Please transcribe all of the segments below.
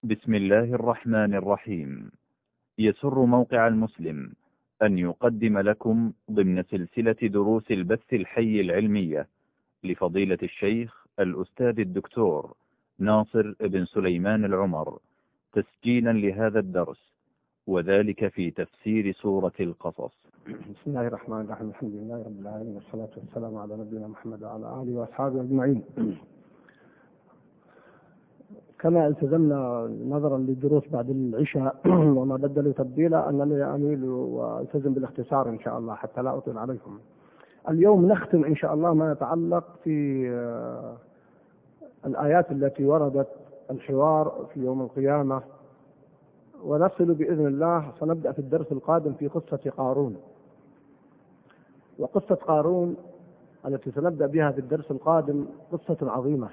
بسم الله الرحمن الرحيم. يسر موقع المسلم أن يقدم لكم ضمن سلسلة دروس البث الحي العلمية لفضيلة الشيخ الأستاذ الدكتور ناصر بن سليمان العمر تسجيلا لهذا الدرس، وذلك في تفسير سورة القصص. بسم الله الرحمن الرحيم. الحمد لله رب العالمين، والصلاة والسلام على نبينا محمد وعلى آله وأصحابه أجمعين. كما التزمنا نظرا للدروس بعد العشاء وما بدلوا تبديلا أنني أميل والتزم بالاختصار إن شاء الله حتى لا أطيل عليكم. اليوم نختم إن شاء الله ما يتعلق في الآيات التي وردت الحوار في يوم القيامة، ونصل بإذن الله. سنبدأ في الدرس القادم في قصة قارون. وقصة قارون التي سنبدأ بها في الدرس القادم قصة عظيمة،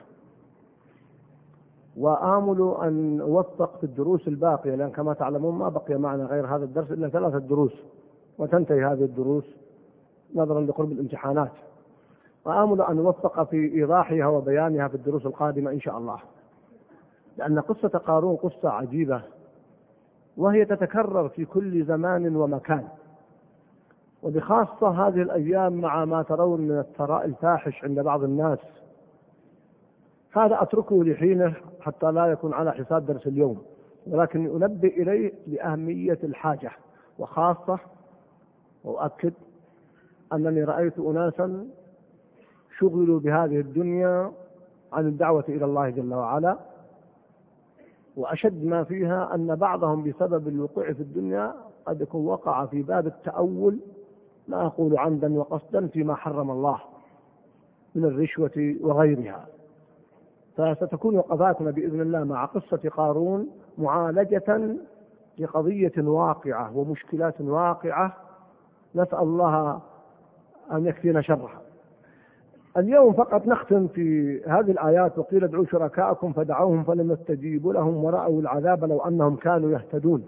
وآمل أن أوفق في الدروس الباقية، لأن كما تعلمون ما بقي معنا غير هذا الدرس إلا 3 دروس، وتنتهي هذه الدروس نظرا لقرب الامتحانات، وآمل أن أوفق في إيضاحها وبيانها في الدروس القادمة إن شاء الله، لأن قصة قارون قصة عجيبة، وهي تتكرر في كل زمان ومكان، وبخاصة هذه الأيام مع ما ترون من الثراء الفاحش عند بعض الناس. هذا أتركه لحينه حتى لا يكون على حساب درس اليوم، ولكن أنبه إليه لأهمية الحاجة، وخاصة وأؤكد أنني رأيت أناسا شغلوا بهذه الدنيا عن الدعوة إلى الله جل وعلا، وأشد ما فيها أن بعضهم بسبب الوقوع في الدنيا قد يكون وقع في باب التأول، لا أقول عمدا وقصدا، فيما حرم الله من الرشوة وغيرها. فستكون وقفاتنا بإذن الله مع قصة قارون معالجة لقضية واقعة ومشكلات واقعة، نسأل الله أن يكفينا شرها. اليوم فقط نختم في هذه الآيات: وقيل ادعوا شركاءكم فدعوهم فلم يستجيبوا لهم ورأوا العذاب لو أنهم كانوا يهتدون.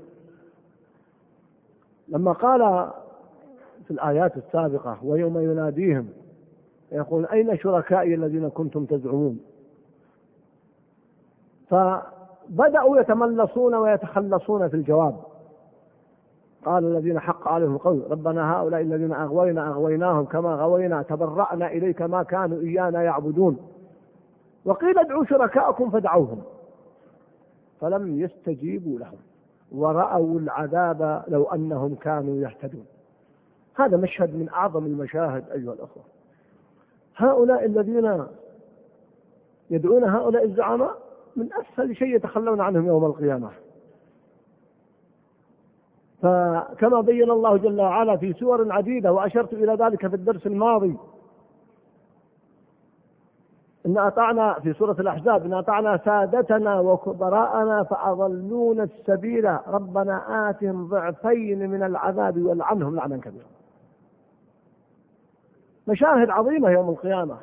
لما قال في الآيات السابقة: ويوم يناديهم يقول أين شركائي الذين كنتم تزعمون، فبدأوا يتملصون ويتخلصون في الجواب. قال الذين حق عليهم القول ربنا هؤلاء الذين أغويناهم كما غوينا تبرأنا إليك ما كانوا إيانا يعبدون. وقيل ادعوا شركاءكم فدعوهم فلم يستجيبوا لهم ورأوا العذاب لو أنهم كانوا يهتدون. هذا مشهد من أعظم المشاهد أيها الأخوة. هؤلاء الذين يدعون هؤلاء الزعماء من أسهل شيء يتخلون عنهم يوم القيامة. فكما بين الله جل وعلا في سور عديدة، وأشرت إلى ذلك في الدرس الماضي، إن أطعنا في سورة الأحزاب إن أطعنا سادتنا وكبراءنا فأضلونا السبيل ربنا آتهم ضعفين من العذاب والعنهم لعنا كبيرا. مشاهد عظيمة يوم القيامة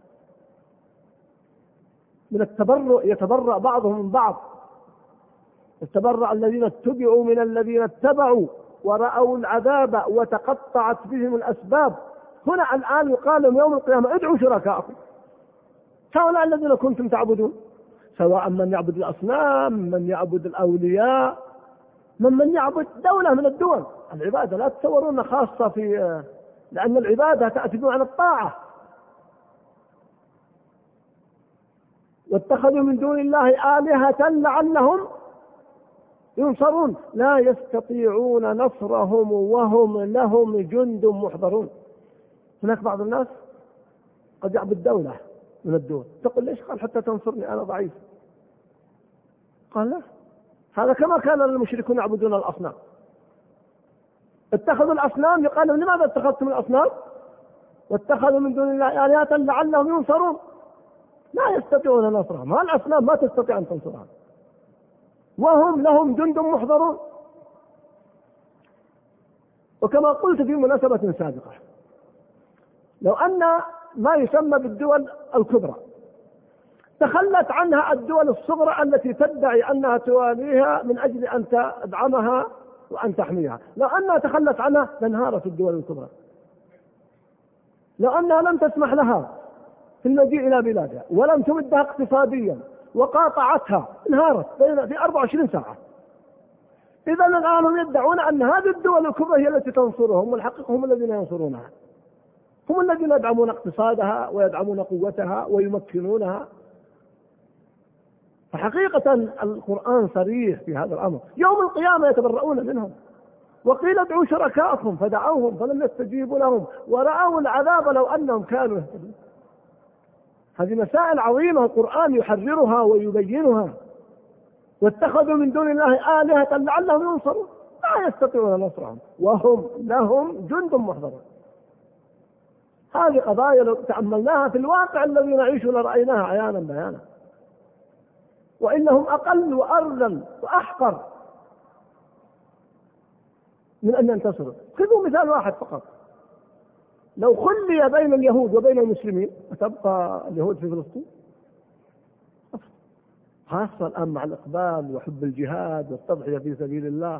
من التبرؤ، يتبرأ بعضهم من بعض. يتبرأ الذين اتبعوا من الذين اتبعوا ورأوا العذاب وتقطعت بهم الأسباب. هنا الآن يقال لهم يوم القيامة ادعوا شركاءكم هؤلاء الذين كنتم تعبدون، سواء من يعبد الأصنام، من يعبد الأولياء، من يعبد دولة من الدول. العبادة لا تتصورون خاصة لأن العبادة تأتي عن الطاعة. واتخذوا من دون الله آلهة لعلهم ينصرون لا يستطيعون نصرهم وهم لهم جند محضرون. هناك بعض الناس قد يعبد دولة من الدول، تقول ليش؟ قال حتى تنصرني أنا ضعيف. قال لا، هذا كما كان المشركون يعبدون الأصنام. اتخذوا الأصنام، يقال لهم لماذا اتخذتم الأصنام؟ واتخذوا من دون الله آلهة لعلهم ينصرون لا يستطيعون نصرهم. الأصنام ما تستطيع أن تنصرها وهم لهم جند محضرون. وكما قلت في مناسبة سابقة، لو أن ما يسمى بالدول الكبرى تخلت عنها الدول الصغرى التي تدعي أنها تواليها من أجل أن تدعمها وأن تحميها، لو أنها تخلت عنها لانهارت الدول الكبرى. لو أنها لم تسمح لها في المجيء إلى بلادها ولم تمدها اقتصاديا وقاطعتها انهارت في 24 ساعة. إذا الآن هم يدعون أن هذه الدول الكبرى هي التي تنصرهم، والحقيقة هم الذين ينصرونها، هم الذين يدعمون اقتصادها ويدعمون قوتها ويمكنونها. فحقيقة القرآن صريح في هذا الأمر. يوم القيامة يتبرؤون منهم. وقيل ادعوا شركاءكم فدعوهم فلم يستجيبوا لهم ورأوا العذاب لو أنهم كانوا يهتدون. هذه مسائل عظيمة القرآن يحررها ويبينها. واتخذوا من دون الله آلهة لعلهم ينصرون، لا يستطيعون نصرهم وهم لهم جند محضرون. هذه قضايا لو تأملناها في الواقع الذي نعيشه لرأيناها عيانا بيانا. وإنهم أقل وأرذل وأحقر من أن ينتصروا. خذوا مثال واحد فقط، لو خلي بين اليهود وبين المسلمين أتبقى اليهود في فلسطين؟ خاصة الآن مع الإقبال وحب الجهاد والتضحية في سبيل الله،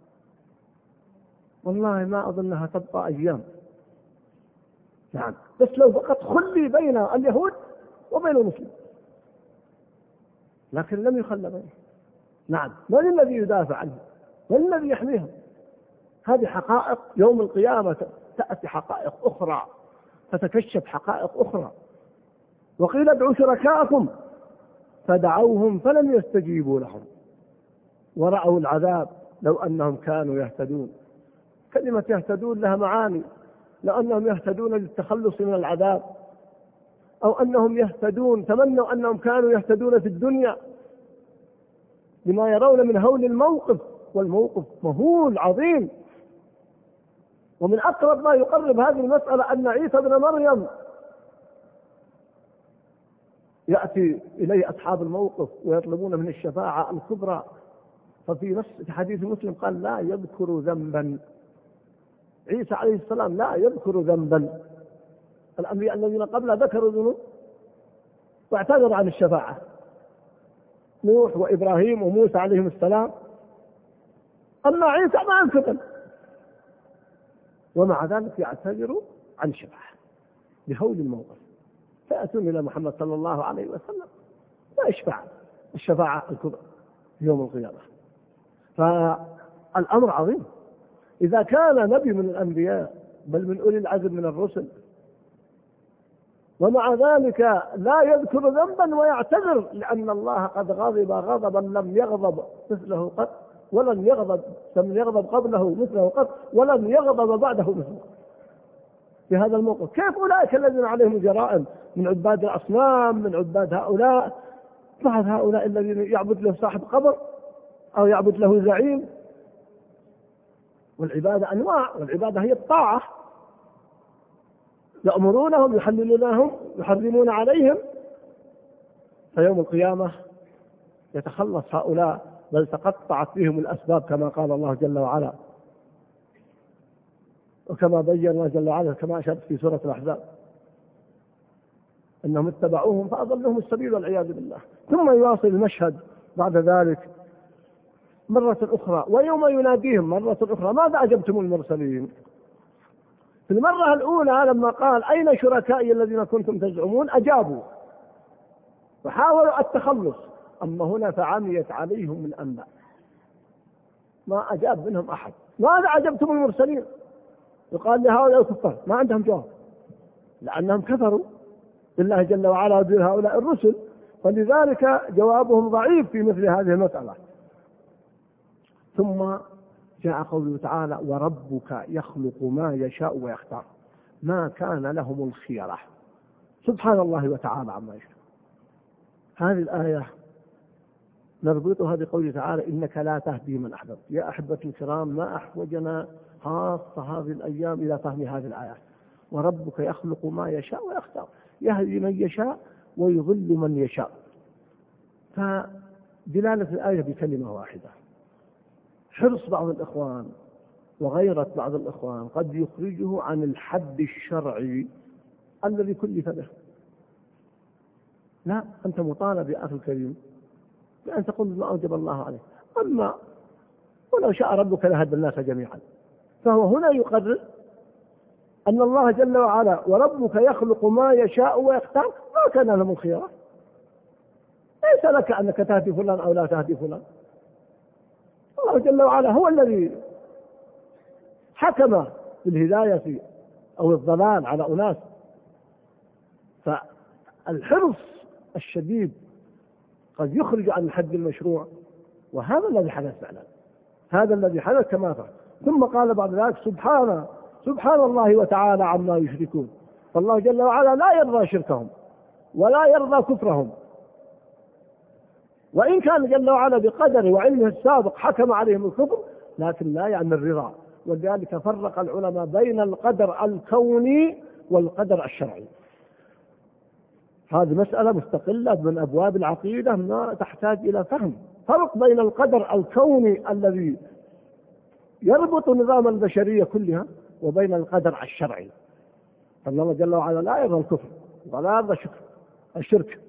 والله ما أظنها تبقى أيام. نعم، بس لو فقط خلي بين اليهود وبين المسلمين، لكن لم يخلى بينهم. نعم، من الذي يدافع عنه؟ من الذي يحميهم؟ هذه حقائق. يوم القيامة تأتي حقائق أخرى، تتكشف حقائق أخرى. وقيل ادعوا شركاءكم فدعوهم فلم يستجيبوا لهم ورأوا العذاب لو أنهم كانوا يهتدون. كلمة يهتدون لها معاني، لو أنهم يهتدون للتخلص من العذاب، أو أنهم يهتدون تمنوا أنهم كانوا يهتدون في الدنيا لما يرون من هول الموقف، والموقف مهول عظيم. ومن أقرب ما يقرب هذه المسألة أن عيسى ابن مريم يأتي إليه أصحاب الموقف ويطلبون من الشفاعة الكبرى، ففي نص حديث مسلم قال لا يذكر ذنبا. عيسى عليه السلام لا يذكر ذنبا. الأنبياء الذين قبله ذكروا ذنوب واعتذروا عن الشفاعة، نوح وإبراهيم وموسى عليهم السلام. أما عيسى ما انفتن، ومع ذلك يعتذر عن الشفاعة بهول الموقف. فيأتون إلى محمد صلى الله عليه وسلم لا يشفع الشفاعة الكبرى يوم القيامة. فالأمر عظيم. إذا كان نبي من الأنبياء بل من أولي العزم من الرسل، ومع ذلك لا يذكر ذنبا ويعتذر لأن الله قد غضب غضبا لم يغضب مثله قط، ولن يغضب قبله مثله قط، ولن يغضب بعده مثله. في هذا الموقف كيف أولئك الذين عليهم جرائم من عباد الأصنام، من عباد هؤلاء، بعض هؤلاء الذين يعبد له صاحب قبر أو يعبد له زعيم. والعبادة أنواع، والعبادة هي الطاعة، يأمرونهم يحللونهم يحرمون عليهم. فيوم القيامة يتخلص هؤلاء، بل تقطعت بهم الأسباب كما قال الله جل وعلا، وكما بين الله جل وعلا كما أشرت في سورة الأحزاب أنهم اتبعوهم فأضلهم السبيل والعياذ بالله. ثم يواصل المشهد بعد ذلك مرة أخرى، ويوم يناديهم مرة أخرى ماذا أجبتم المرسلين؟ في المرة الأولى لما قال أين شركائي الذين كنتم تزعمون أجابوا وحاولوا التخلص. أما هنا فعميت عليهم الأنباء، ما أجاب منهم أحد. ماذا أجبتم المرسلين؟ يقال لهؤلاء الكفار ما عندهم جواب، لأنهم كفروا بالله جل وعلا وبهؤلاء الرسل، فلذلك جوابهم ضعيف في مثل هذه المسألة. ثم جاء قوله تعالى وربك يخلق ما يشاء ويختار، ما كان لهم الخيرة. سبحان الله وتعالى عما يشاء. هذه الآية نربطها بقوله تعالى إنك لا تهدي من أحببت. يا أحبة الكرام، ما أحوجنا خاصة هذه الأيام إلى فهم هذه الآيات. وربك يخلق ما يشاء ويختار، يهدي من يشاء ويضل من يشاء. فدلالة الآية بكلمة واحدة. حرص بعض الإخوان وغيرة بعض الإخوان قد يخرجه عن الحد الشرعي الذي كلف به. لا، أنت مطالب يا أخي الكريم بأن تقول ما أوجب الله عليك. أما ولو شاء ربك لهدى الناس جميعا. فهو هنا يقرر أن الله جل وعلا وربك يخلق ما يشاء ويختار، ما كان لهم الخيار. ليس لك أنك تهدي فلان أو لا تهدي فلان. الله جل وعلا هو الذي حكم بالهداية أو الضلال على أناس. فالحرص الشديد قد يخرج عن الحد المشروع، وهذا الذي حدث فعلا، هذا الذي حدث كما فعل. ثم قال بعد ذلك سبحان الله وتعالى عما يشركون. فالله جل وعلا لا يرضى شركهم ولا يرضى كفرهم، وإن كان جل وعلا بقدره وعلمه السابق حكم عليهم الكفر، لكن لا يعني الرضا. ولذلك فرق العلماء بين القدر الكوني والقدر الشرعي. هذه مسألة مستقلة من أبواب العقيدة ما تحتاج إلى فهم. فرق بين القدر الكوني الذي يربط نظام البشرية كلها وبين القدر الشرعي. فالله جل وعلا لا يرضى الكفر ولا يرضى الشرك،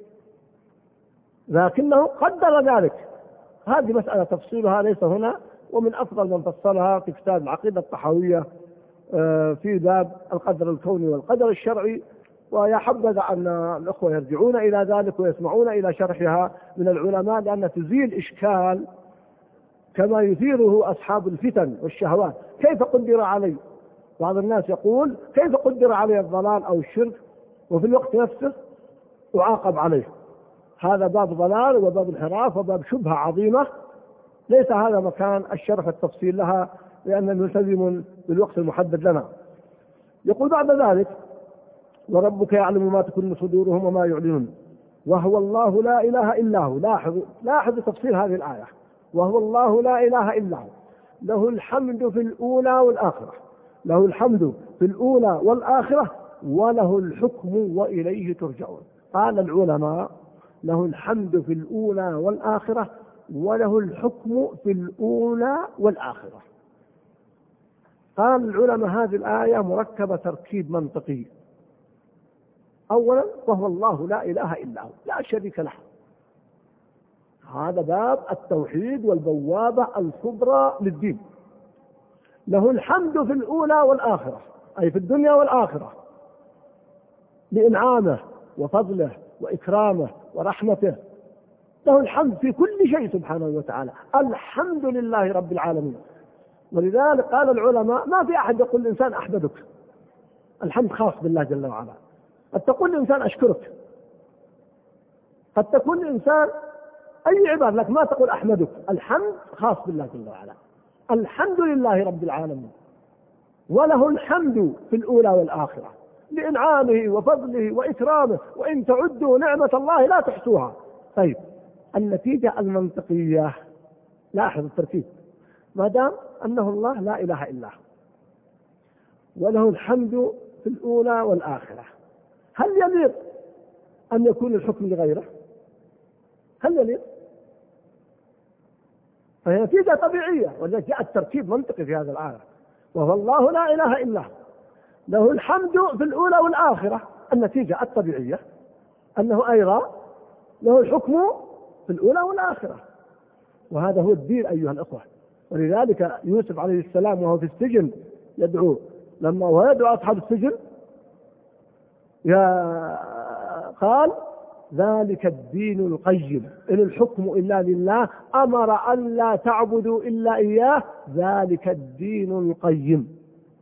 لكنه قدر ذلك. هذه مسألة تفصيلها ليس هنا، ومن أفضل من فصلها في كتاب العقيدة الطحاوية في باب القدر الكوني والقدر الشرعي. ويا حبذا أن الأخوة يرجعون إلى ذلك ويسمعون إلى شرحها من العلماء، لأن تزيل إشكال كما يثيره أصحاب الفتن والشهوات. كيف قدر علي؟ بعض الناس يقول كيف قدر علي الضلال أو الشرك وفي الوقت نفسه أعاقب عليه؟ هذا باب ضلال وباب انحراف وباب شبهة عظيمة، ليس هذا مكان الشرح والتفصيل لها، لأننا نلتزم بالوقت المحدد لنا. يقول بعد ذلك وربك يعلم ما تكن صدورهم وما يعلنون وهو الله لا إله إلا هو. لاحظ تفصيل هذه الآية، وهو الله لا إله إلا هو له الحمد في الأولى والآخرة، له الحمد في الأولى والآخرة وله الحكم وإليه ترجعون. قال العلماء له الحمد في الأولى والآخرة وله الحكم في الأولى والآخرة. قال العلماء هذه الآية مركبة تركيب منطقي. أولا وهو الله لا إله إلا هو لا شريك له، هذا باب التوحيد والبوابة الكبرى للدين. له الحمد في الأولى والآخرة، أي في الدنيا والآخرة، لإنعامه وفضله وإكرامه ورحمته. له الحمد في كل شيء سبحانه وتعالى. الحمد لله رب العالمين. ولذلك قال العلماء ما في أحد يقول الإنسان أحمدك، الحمد خاص بالله جل وعلا. قد تقول الإنسان أشكرك، قد تكون الإنسان أي عبادة لك ما تقول أحمدك. الحمد خاص بالله جل وعلا. الحمد لله رب العالمين وله الحمد في الأولى والآخرة لإنعامه وفضله وإكرامه، وإن تعدوا نعمة الله لا تحصوها. طيب النتيجة المنطقية، لاحظ التركيب، ما دام أنه الله لا إله إلا هو وله الحمد في الأولى والآخرة، هل يليق أن يكون الحكم لغيره؟ هل يليق؟ فهي نتيجة طبيعية، ولذلك جاء التركيب منطقي في هذا الآية. وهو الله لا إله إلا هو له الحمد في الأولى والآخرة. النتيجة الطبيعية أنه أيضا له الحكم في الأولى والآخرة، وهذا هو الدين أيها الأخوة. ولذلك يوسف عليه السلام وهو في السجن يدعو، لما هو يدعو أصحاب السجن قال ذلك الدين القيم إن الحكم إلا لله أمر أن لا تعبدوا إلا إياه ذلك الدين القيم.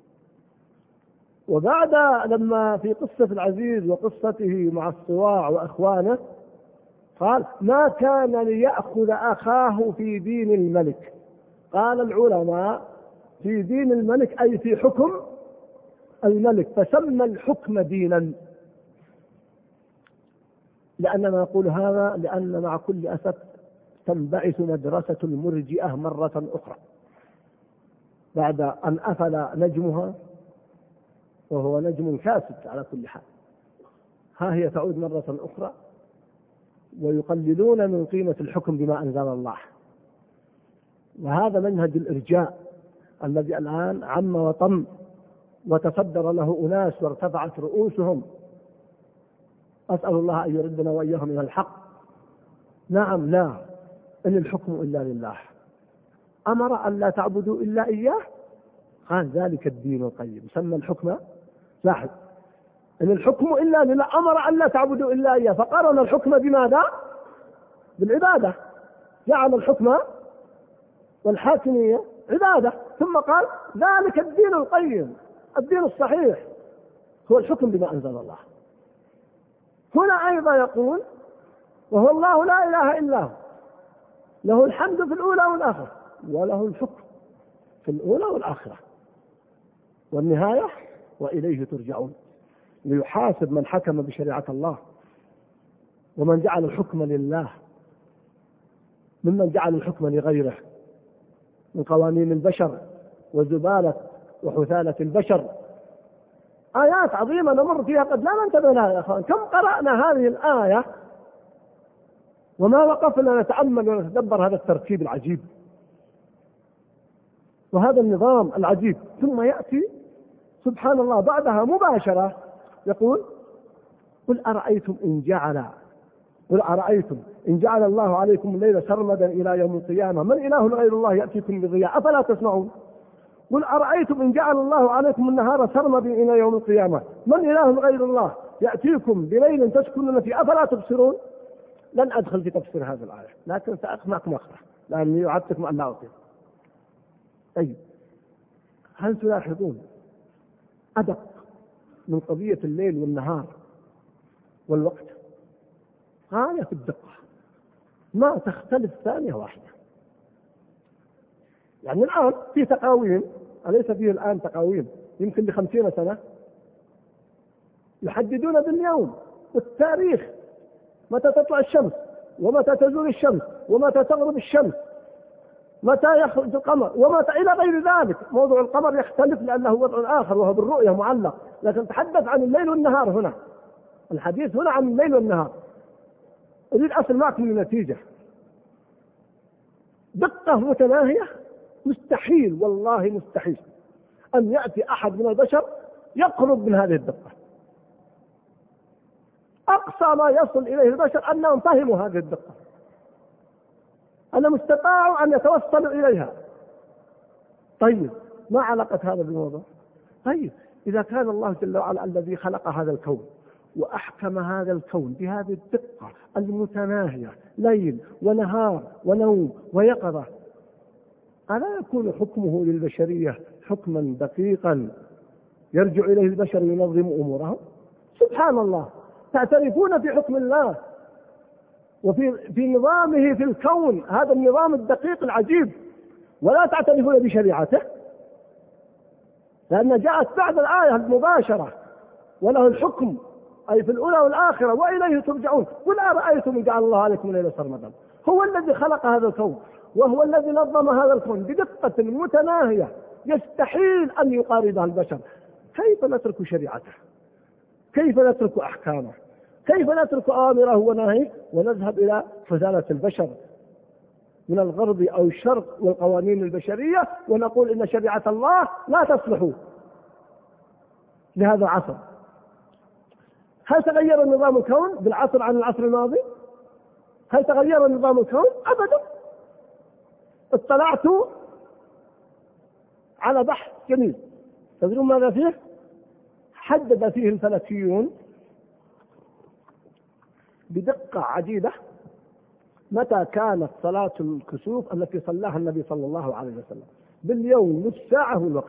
وبعد لما في قصة العزيز وقصته مع الصواع وأخوانه قال ما كان ليأخذ أخاه في دين الملك. قال العلماء في دين الملك أي في حكم الملك، فسمى الحكم دينا. لأننا نقول هذا لأن مع كل أسف تنبعث مدرسة المرجئة مرة أخرى بعد أن أفل نجمها، وهو نجم كاسد على كل حال. ها هي تعود مرة أخرى ويقللون من قيمة الحكم بما أنزل الله. وهذا منهج الإرجاء الذي الآن عم وطم وتصدر له أناس وارتفعت رؤوسهم. أسأل الله أن يردنا وإياهم إلى الحق. نعم لا، إن الحكم إلا لله، أمر أن لا تعبدوا إلا إياه، قال ذلك الدين القيم. سمى الحكم، لاحظ، إن الحكم إلا لله، أمر أن لا تعبدوا إلا إياه، فقارن الحكم بماذا؟ بالعبادة، جعل الحكم والحاكمية عبادة، ثم قال ذلك الدين القيم، الدين الصحيح هو الحكم بما أنزل الله. هنا أيضا يقول وهو الله لا إله إلا هو له الحمد في الأولى والآخرة وله الحكم في الأولى والآخرة والنهاية وإليه ترجعون، ليحاسب من حكم بشريعة الله ومن جعل الحكم لله ممن جعل الحكم لغيره من قوانين البشر وزبالة وحثالة البشر. آيات عظيمة نمر فيها قد لا ننتبه لها يا أخوان. كم قرأنا هذه الآية وما وقفنا نتأمل ونتدبر هذا الترتيب العجيب وهذا النظام العجيب. ثم يأتي سبحان الله بعدها مباشرة يقول قل أرأيتم إن جعل الله عليكم الليل سرمدا إلى يوم القيامة من إله غير الله يأتيكم بضياء أفلا تسمعون. قل أرأيتم إن جعل الله عليكم النهار سرمدا إلى يوم القيامة من إله غير الله يأتيكم بليل تسكنون فيه أفلا تبصرون. لن أدخل في تفسير هذه الآية لكن سأقنعكم أخرى لأني وعدتكم أن لا أطيل. طيب هل تلاحظون أدق من قضية الليل والنهار والوقت؟ غاية في الدقة ما تختلف ثانية واحدة. يعني الآن في تقاويم، أليس فيه الآن تقاويم يمكن ل50 سنة يحددون باليوم والتاريخ متى تطلع الشمس ومتى تزول الشمس ومتى تغرب الشمس متى يخرج القمر ومتى إلى غير ذلك. موضوع القمر يختلف لأنه وضع آخر وهو بالرؤية معلق، لكن تحدث عن الليل والنهار هنا، الحديث هنا عن الليل والنهار. أريد أصل معكم النتيجة. دقة متناهية مستحيل والله مستحيل أن يأتي أحد من البشر يقرب من هذه الدقة. أقصى ما يصل إليه البشر أنهم فهموا هذه الدقة، أنهم استطاعوا أن يتوصلوا إليها. طيب ما علاقة هذا بالموضوع؟ طيب إذا كان الله جل وعلا الذي خلق هذا الكون وأحكم هذا الكون بهذه الدقة المتناهية ليل ونهار ونوم ويقظة، ألا يكون حكمه للبشرية حكما دقيقا يرجع إليه البشر ينظم أمورهم؟ سبحان الله، تعترفون في حكم الله وفي نظامه في الكون، هذا النظام الدقيق العجيب، ولا تعترفون بشريعته لأن جاءت بعد الآية المباشرة وله الحكم أي في الأولى والآخرة وإليه ترجعون. قل أرأيتم إن جعل الله عليكم الليل سرمدا. هو الذي خلق هذا الكون وهو الذي نظم هذا الكون بدقة متناهية يستحيل أن يقاربها البشر. كيف نترك شريعته؟ كيف نترك أحكامه؟ كيف نترك آمره ونهيه ونذهب إلى حثالة البشر من الغرب أو الشرق والقوانين البشرية ونقول إن شريعة الله لا تصلح لهذا العصر؟ هل تغير نظام الكون بالعصر عن العصر الماضي؟ هل تغير نظام الكون؟ أبدا. اطلعت على بحث جميل، تدرون ماذا فيه؟ حدد فيه الفلكيون بدقة عجيبة متى كانت صلاة الكسوف التي صلاها النبي صلى الله عليه وسلم باليوم والساعة والوقت.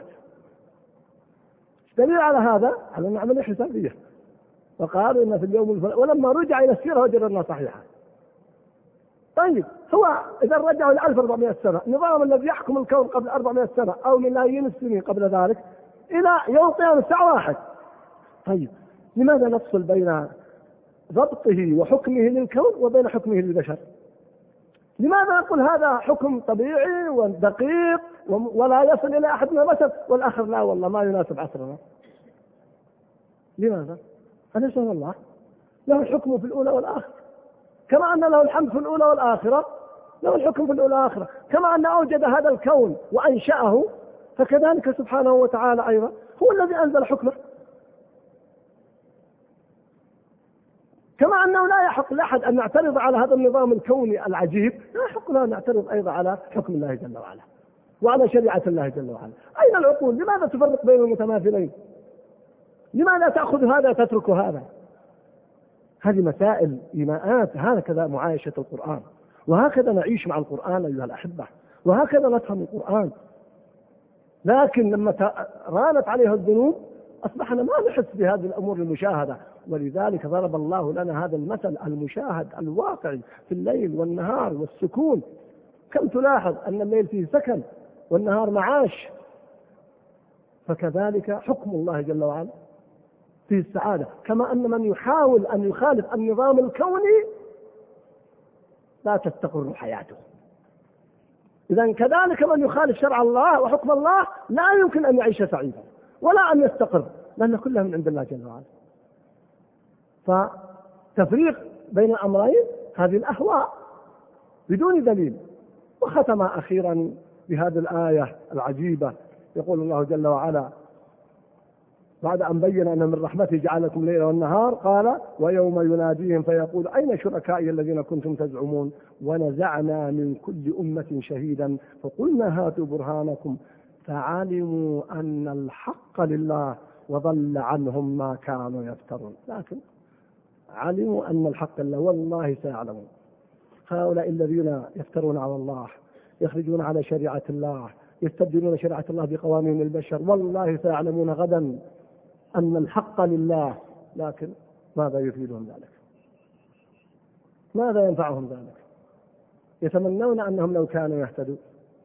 دليل على هذا على أن عملية حسابية، وقالوا إن في اليوم ولما رجع إلى السيرة وجد أنها صحيحة. طيب هو إذا رجعوا إلى 1400 سنة، النظام الذي يحكم الكون قبل 400 سنة أو ملايين السنين قبل ذلك إلى يوم قيام الساعة واحد. طيب لماذا نفصل بين ضبطه وحكمه للكون وبين حكمه للبشر؟ لماذا نقول هذا حكم طبيعي ودقيق ولا يصل إلى أحد من البشر والآخر لا والله ما يناسب عصرنا؟ لماذا؟ أليس الله له الحكم في الأولى والآخرة؟ كما أن له الحمد في الأولى والآخرة له الحكم في الأولى والآخرة. كما أن أوجد هذا الكون وأنشأه فكذلك سبحانه وتعالى أيضا هو الذي أنزل حكمه. كما أنه لا يحق لأحد أن نعترض على هذا النظام الكوني العجيب، لا يحق له أن نعترض أيضا على حكم الله جل وعلا وعلى شريعة الله جل وعلا. أين العقول؟ لماذا تفرق بين المتماثلين؟ لماذا تأخذ هذا تترك هذا؟ هذه مسائل إيماءات، هكذا معايشة القرآن وهكذا نعيش مع القرآن أيها الأحبة، وهكذا نفهم القرآن. لكن لما رانت عليها الذنوب أصبحنا ما نحس بهذه الأمور المشاهدة. ولذلك ضرب الله لنا هذا المثل المشاهد الواقعي في الليل والنهار والسكون. كم تلاحظ أن الليل فيه سكن والنهار معاش. فكذلك حكم الله جل وعلا فيه السعادة. كما أن من يحاول أن يخالف النظام الكوني لا تستقر حياته. إذن كذلك من يخالف شرع الله وحكم الله لا يمكن أن يعيش سعيدا ولا أن يستقر، لأن كلها من عند الله جل وعلا. فتفريق بين الأمرين هذه الأهواء بدون دليل. وختم أخيرا بهذه الآية العجيبة، يقول الله جل وعلا بعد أن بين أن من رحمته جعل لكم الليل والنهار قال ويوم يناديهم فيقول أين شركائي الذين كنتم تزعمون ونزعنا من كل أمة شهيدا فقلنا هاتوا برهانكم فعلموا أن الحق لله وضل عنهم ما كانوا يفترون. لكن علموا أن الحق لله والله سيعلمون. هؤلاء الذين يفترون على الله، يخرجون على شريعة الله، يستبدلون شريعة الله بقوانين البشر، والله سيعلمون غدا أن الحق لله. لكن ماذا يفيدهم ذلك؟ ماذا ينفعهم ذلك؟ يتمنون أنهم لو كانوا يهتدون.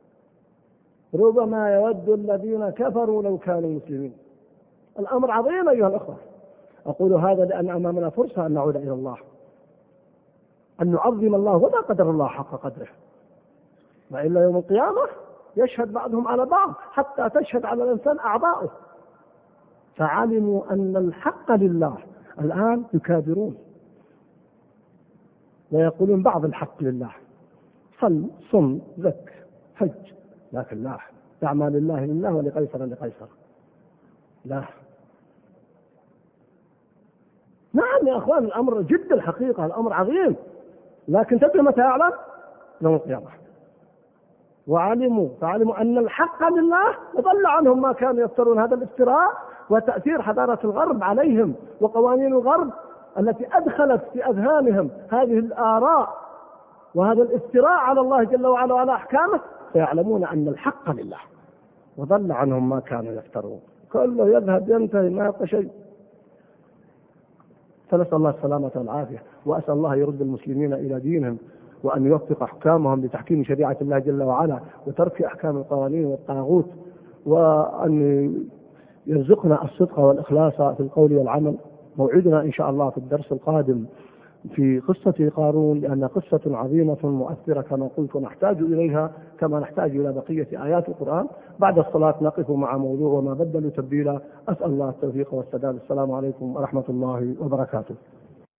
ربما يود الذين كفروا لو كانوا مسلمين. الأمر عظيم أيها الأخوة. أقول هذا لأن أمامنا فرصة أن نعود إلى الله، أن نعظم الله وما قدر الله حق قدره. وإلا يوم القيامة يشهد بعضهم على بعض حتى تشهد على الإنسان أعضاؤه. فعلموا أن الحق لله. الآن يكابرون ويقولون بعض الحق لله، صل صم زك حج، لكن لا، دع لله لله ولقيصر لقيصر. لا، نعم يا أخوان الأمر جد الحقيقة، الأمر عظيم، لكن تدري متى يعلم؟ يوم القيامة. فعلموا أن الحق لله وضل عنهم ما كانوا يفترون. هذا الافتراء وتأثير حضارة الغرب عليهم وقوانين الغرب التي أدخلت في أذهانهم هذه الآراء وهذا الافتراء على الله جل وعلا وعلى أحكامه، فيعلمون أن الحق لله وضل عنهم ما كانوا يفترون. كله يذهب ينتهي ما يبقى شيء. فنسأل الله السلامة والعافية، وأسأل الله يرد المسلمين إلى دينهم وأن يوفق حكامهم لتحكيم شريعة الله جل وعلا وترك أحكام القوانين والطاغوت، وأن يرزقنا الصدق والإخلاص في القول والعمل. موعدنا إن شاء الله في الدرس القادم في قصة قارون، لأن قصة عظيمة مؤثرة كما قلت، ونحتاج إليها كما نحتاج إلى بقية آيات القرآن. بعد الصلاة نقف مع موضوع وما بدلوا تبديلا. أسأل الله التوفيق والسداد. السلام عليكم ورحمة الله وبركاته.